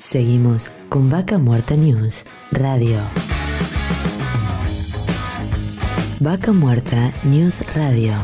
Seguimos con Vaca Muerta News Radio. Vaca Muerta News Radio.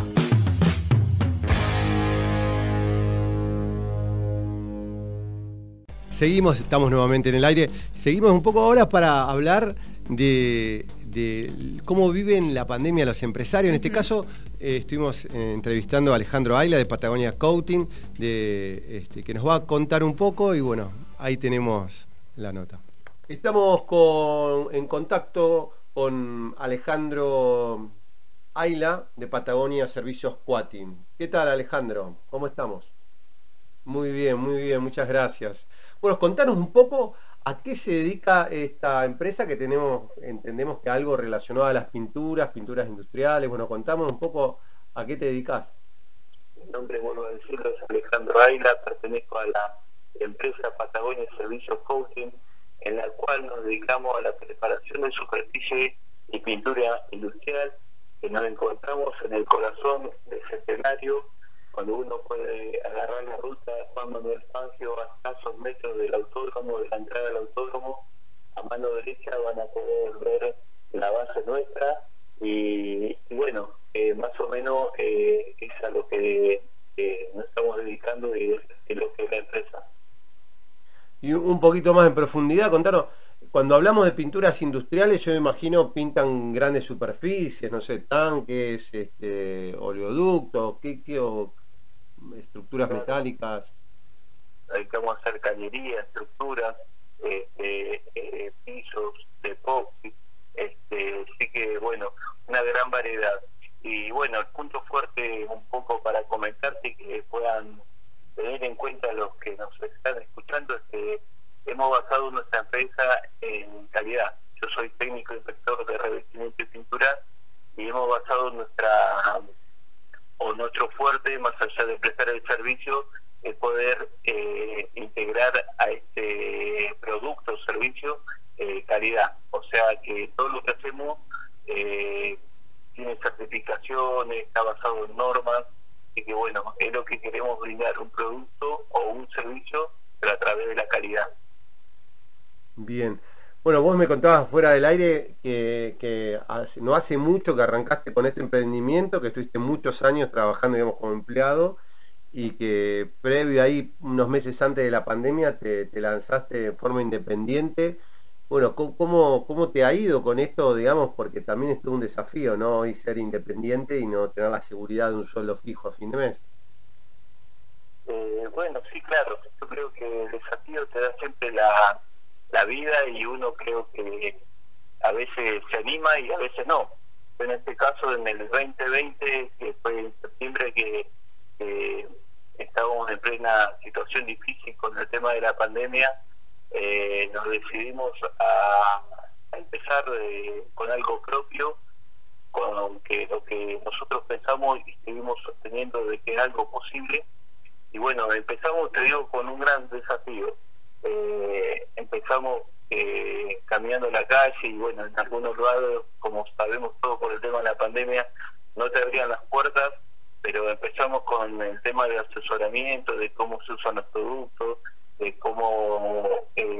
Seguimos, estamos nuevamente en el aire. Seguimos un poco ahora para hablar de cómo viven la pandemia los empresarios. En este caso, estuvimos entrevistando a Alejandro Ayla de Patagonia Coating, que nos va a contar un poco y bueno, ahí tenemos la nota. Estamos en contacto con Alejandro Ayla de Patagonia Servicios Coating. ¿Qué tal, Alejandro? ¿Cómo estamos? Muy bien, muchas gracias. Bueno, contanos un poco a qué se dedica esta empresa que entendemos que algo relacionado a las pinturas industriales. Bueno, contamos un poco a qué te dedicas. Mi nombre, vuelvo a decirlo, es Alejandro Ayla, pertenezco a la empresa Patagonia Servicios Coating, en la cual nos dedicamos a la preparación de superficie y pintura industrial, que nos encontramos en el corazón del Centenario, cuando uno puede agarrar la ruta Juan Manuel Fangio a escasos metros del autódromo, de la entrada del autódromo, a mano derecha van a poder ver la base nuestra y bueno, más o menos es a lo que nos estamos dedicando y es lo que es la empresa. Y un poquito más en profundidad, contanos, cuando hablamos de pinturas industriales, yo me imagino pintan grandes superficies, no sé, tanques, oleoductos, o estructuras metálicas. Dedicamos a hacer cañería, estructuras, pisos, de epoxi, así que bueno, una gran variedad. Y bueno, el punto fuerte un poco para comentarte que puedan tener en cuenta los que nos están escuchando es que hemos basado nuestra empresa en calidad. Yo soy técnico inspector de revestimiento y pintura y hemos basado nuestro fuerte, más allá de prestar el servicio, es poder integrar a este producto o servicio calidad. O sea que todo lo que hacemos tiene certificaciones, está basado en normas, y que bueno, es lo que queremos brindar, un producto o un servicio, pero a través de la calidad. Bien. Bueno, vos me contabas fuera del aire que no hace mucho que arrancaste con este emprendimiento, que estuviste muchos años trabajando, digamos, como empleado, y que previo ahí, unos meses antes de la pandemia, te lanzaste de forma independiente. Bueno, ¿cómo te ha ido con esto, digamos? Porque también es todo un desafío, ¿no? Hoy ser independiente y no tener la seguridad de un sueldo fijo a fin de mes. Bueno, sí, claro. Yo creo que el desafío te da siempre la vida y uno creo que a veces se anima y a veces no. En este caso, en el 2020, que fue en septiembre, que estábamos en plena situación difícil con el tema de la pandemia, nos decidimos a empezar con algo propio, con que lo que nosotros pensamos y seguimos sosteniendo de que es algo posible. Y bueno, empezamos, te digo, con un gran desafío. Empezamos caminando la calle y bueno, en algunos lugares, como sabemos todos por el tema de la pandemia, no te abrían las puertas, pero empezamos con el tema de asesoramiento, de cómo se usan los productos, de cómo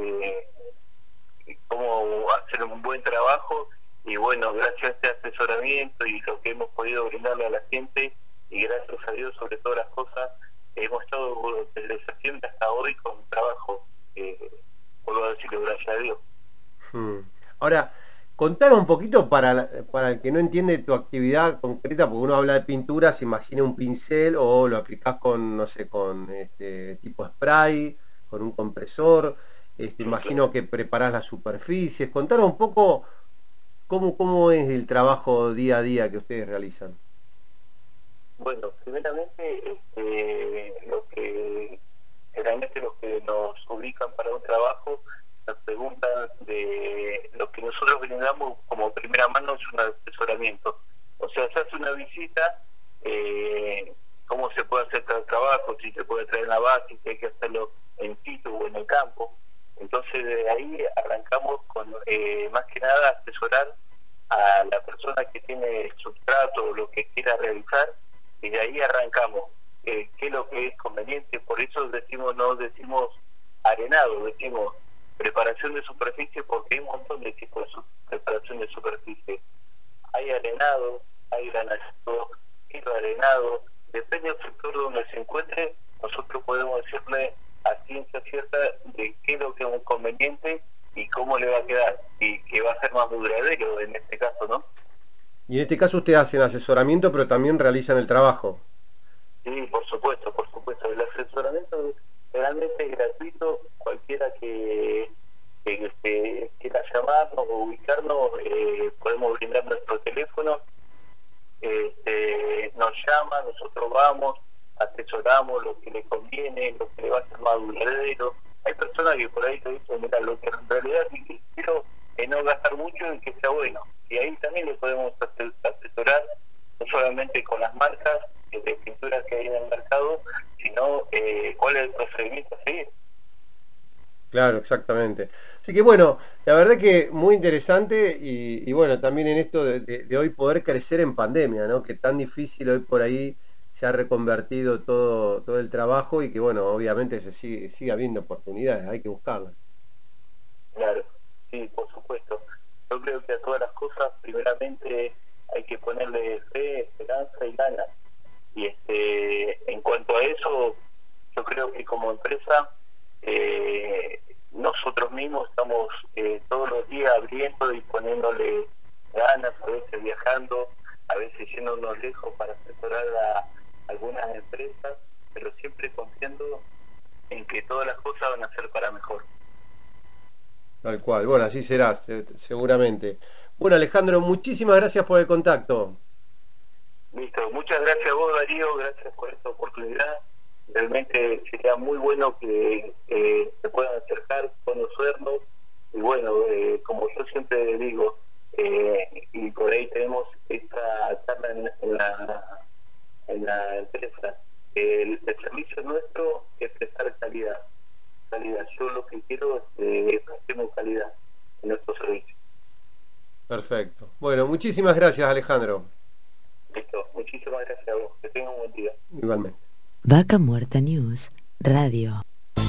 hacer un buen trabajo. Y bueno, gracias a este asesoramiento y lo que hemos podido brindarle a la gente, y gracias a Dios sobre todas las cosas, hemos estado desde septiembre hasta hoy con trabajo, vuelvo a decirle gracias a Dios. Ahora, contanos un poquito para el que no entiende tu actividad concreta, porque uno habla de pintura, se imagina un pincel o lo aplicás con, no sé, con tipo spray, con un compresor, imagino que preparás las superficies. Contanos un poco cómo es el trabajo día a día que ustedes realizan. Bueno, primeramente, generalmente los que nos ubican para un trabajo nos preguntan de lo que nosotros brindamos como primera mano, es un asesoramiento. O sea, se hace una visita, cómo se puede hacer el trabajo, si se puede traer la base, si hay que hacerlo en situ o en el campo. Entonces de ahí arrancamos con, más que nada, asesorar a la persona que tiene el substrato o lo que quiera realizar, y de ahí arrancamos qué es lo que es conveniente. Por eso no decimos arenado, decimos preparación de superficie, porque hay un montón de tipos de preparación de superficie. Hay arenado, hay granizado, hidroarenado, depende del sector donde se encuentre, nosotros podemos decirle a ciencia cierta de qué es lo que es un conveniente y cómo le va a quedar, y que va a ser más duradero en este caso, ¿no? Y en este caso ustedes hacen asesoramiento, pero también realizan el trabajo. Sí, por supuesto, por supuesto. El asesoramiento realmente es gratuito. Cualquiera que quiera llamarnos o ubicarnos, podemos brindar nuestro teléfono. Nos llama, nosotros vamos, asesoramos lo que le conviene, lo que le va a ser más duradero. Hay personas que por ahí te dicen, mira, lo que en realidad quiero es no gastar mucho y que sea bueno. Y ahí también le podemos asesorar, no solamente con las marcas de pinturas que hay en el mercado, sino cuál es el procedimiento a seguir. Claro, exactamente. Así que bueno, la verdad que muy interesante y bueno, también en esto de hoy poder crecer en pandemia, ¿no? Que tan difícil hoy por ahí se ha reconvertido todo el trabajo y que bueno, obviamente sigue habiendo oportunidades, hay que buscarlas. Claro, sí, por supuesto. Yo creo que a todas las cosas, primeramente hay que ponerle fe, esperanza y ganas. Y en cuanto a eso, yo creo que como empresa, nosotros mismos estamos todos los días abriendo y poniéndole ganas, a veces viajando, a veces yéndonos lejos para asesorar a algunas empresas, pero siempre confiando en que todas las cosas van a ser para mejor. Tal cual, bueno, así será, seguramente. Bueno, Alejandro, muchísimas gracias por el contacto. Listo, muchas gracias a vos, Darío, gracias por esta oportunidad. Realmente sería muy bueno que se puedan acercar, conocernos, y bueno, como yo siempre digo, y por ahí tenemos esta charla en la empresa, el servicio nuestro es prestar calidad. Yo lo que quiero es que prestemos calidad en nuestro servicio. Perfecto. Bueno, muchísimas gracias, Alejandro. Listo, muchísimas gracias a vos, que tengan un buen día. Igualmente. Vaca Muerta News Radio.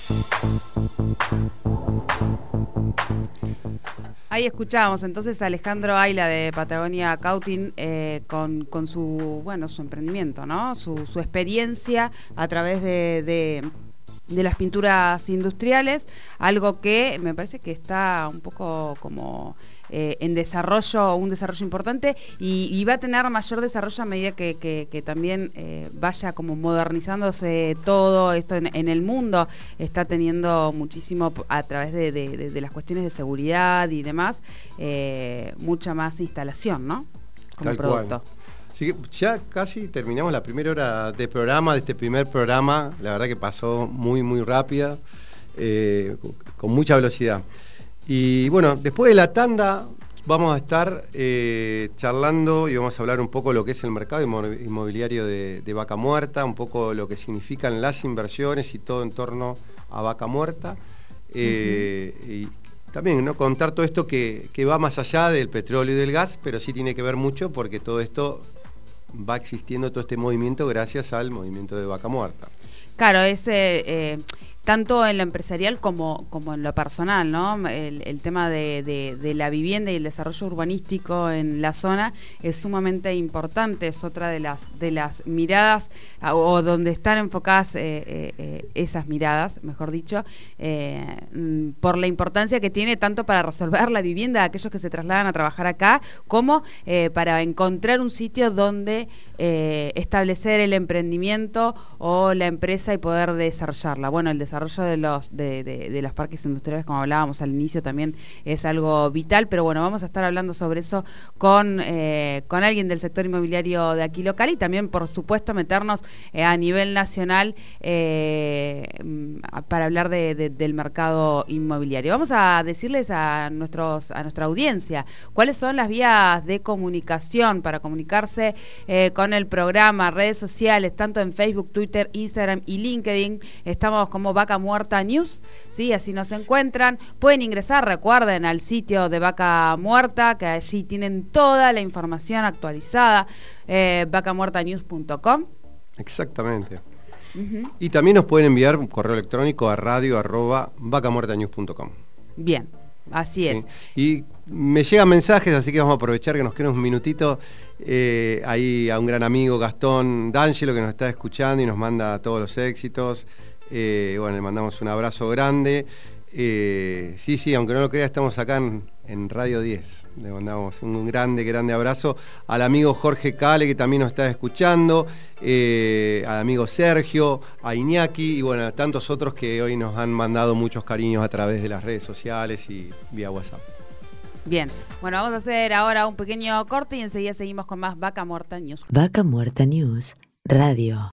Ahí escuchábamos entonces a Alejandro Ayla de Patagonia Cautín con su emprendimiento, ¿no? Su experiencia a través de las pinturas industriales, algo que me parece que está un poco como en desarrollo, un desarrollo importante y va a tener mayor desarrollo a medida que también vaya como modernizándose todo esto en el mundo. Está teniendo muchísimo a través de las cuestiones de seguridad y demás, mucha más instalación, ¿no? Como Tal producto. cual. Así que ya casi terminamos la primera hora de programa, de este primer programa. La verdad que pasó muy, muy rápida, con mucha velocidad. Y bueno, después de la tanda vamos a estar charlando y vamos a hablar un poco de lo que es el mercado inmobiliario de Vaca Muerta, un poco lo que significan las inversiones y todo en torno a Vaca Muerta. Y también, ¿no?, contar todo esto que va más allá del petróleo y del gas, pero sí tiene que ver mucho porque todo esto va existiendo, todo este movimiento gracias al movimiento de Vaca Muerta. Claro, es tanto en lo empresarial como en lo personal, ¿no? El tema de la vivienda y el desarrollo urbanístico en la zona es sumamente importante, es otra de las miradas, o donde están enfocadas esas miradas, mejor dicho, por la importancia que tiene tanto para resolver la vivienda de aquellos que se trasladan a trabajar acá, como para encontrar un sitio donde establecer el emprendimiento o la empresa y poder desarrollarla. Bueno, el desarrollo de los parques industriales, como hablábamos al inicio, también es algo vital, pero bueno, vamos a estar hablando sobre eso con alguien del sector inmobiliario de aquí local y también, por supuesto, meternos a nivel nacional para hablar del mercado inmobiliario. Vamos a decirles a nuestra audiencia cuáles son las vías de comunicación para comunicarse con el programa, redes sociales, tanto en Facebook, Twitter, Instagram y LinkedIn. Estamos como Vaca Muerta News, ¿sí? Así nos encuentran. Pueden ingresar, recuerden, al sitio de Vaca Muerta, que allí tienen toda la información actualizada, vacamuertanews.com. Exactamente. Y también nos pueden enviar un correo electrónico a radio@vacamuertanews.com. Bien, así es. Y me llegan mensajes, así que vamos a aprovechar que nos queda un minutito. Ahí a un gran amigo, Gastón D'Angelo, que nos está escuchando y nos manda todos los éxitos. Bueno, le mandamos un abrazo grande. Sí, aunque no lo crea, estamos acá en Radio 10. Le mandamos un grande abrazo al amigo Jorge Cale, que también nos está escuchando, al amigo Sergio, a Iñaki y bueno, a tantos otros que hoy nos han mandado muchos cariños a través de las redes sociales y vía WhatsApp. Bien, bueno, vamos a hacer ahora un pequeño corte y enseguida seguimos con más Vaca Muerta News. Vaca Muerta News Radio.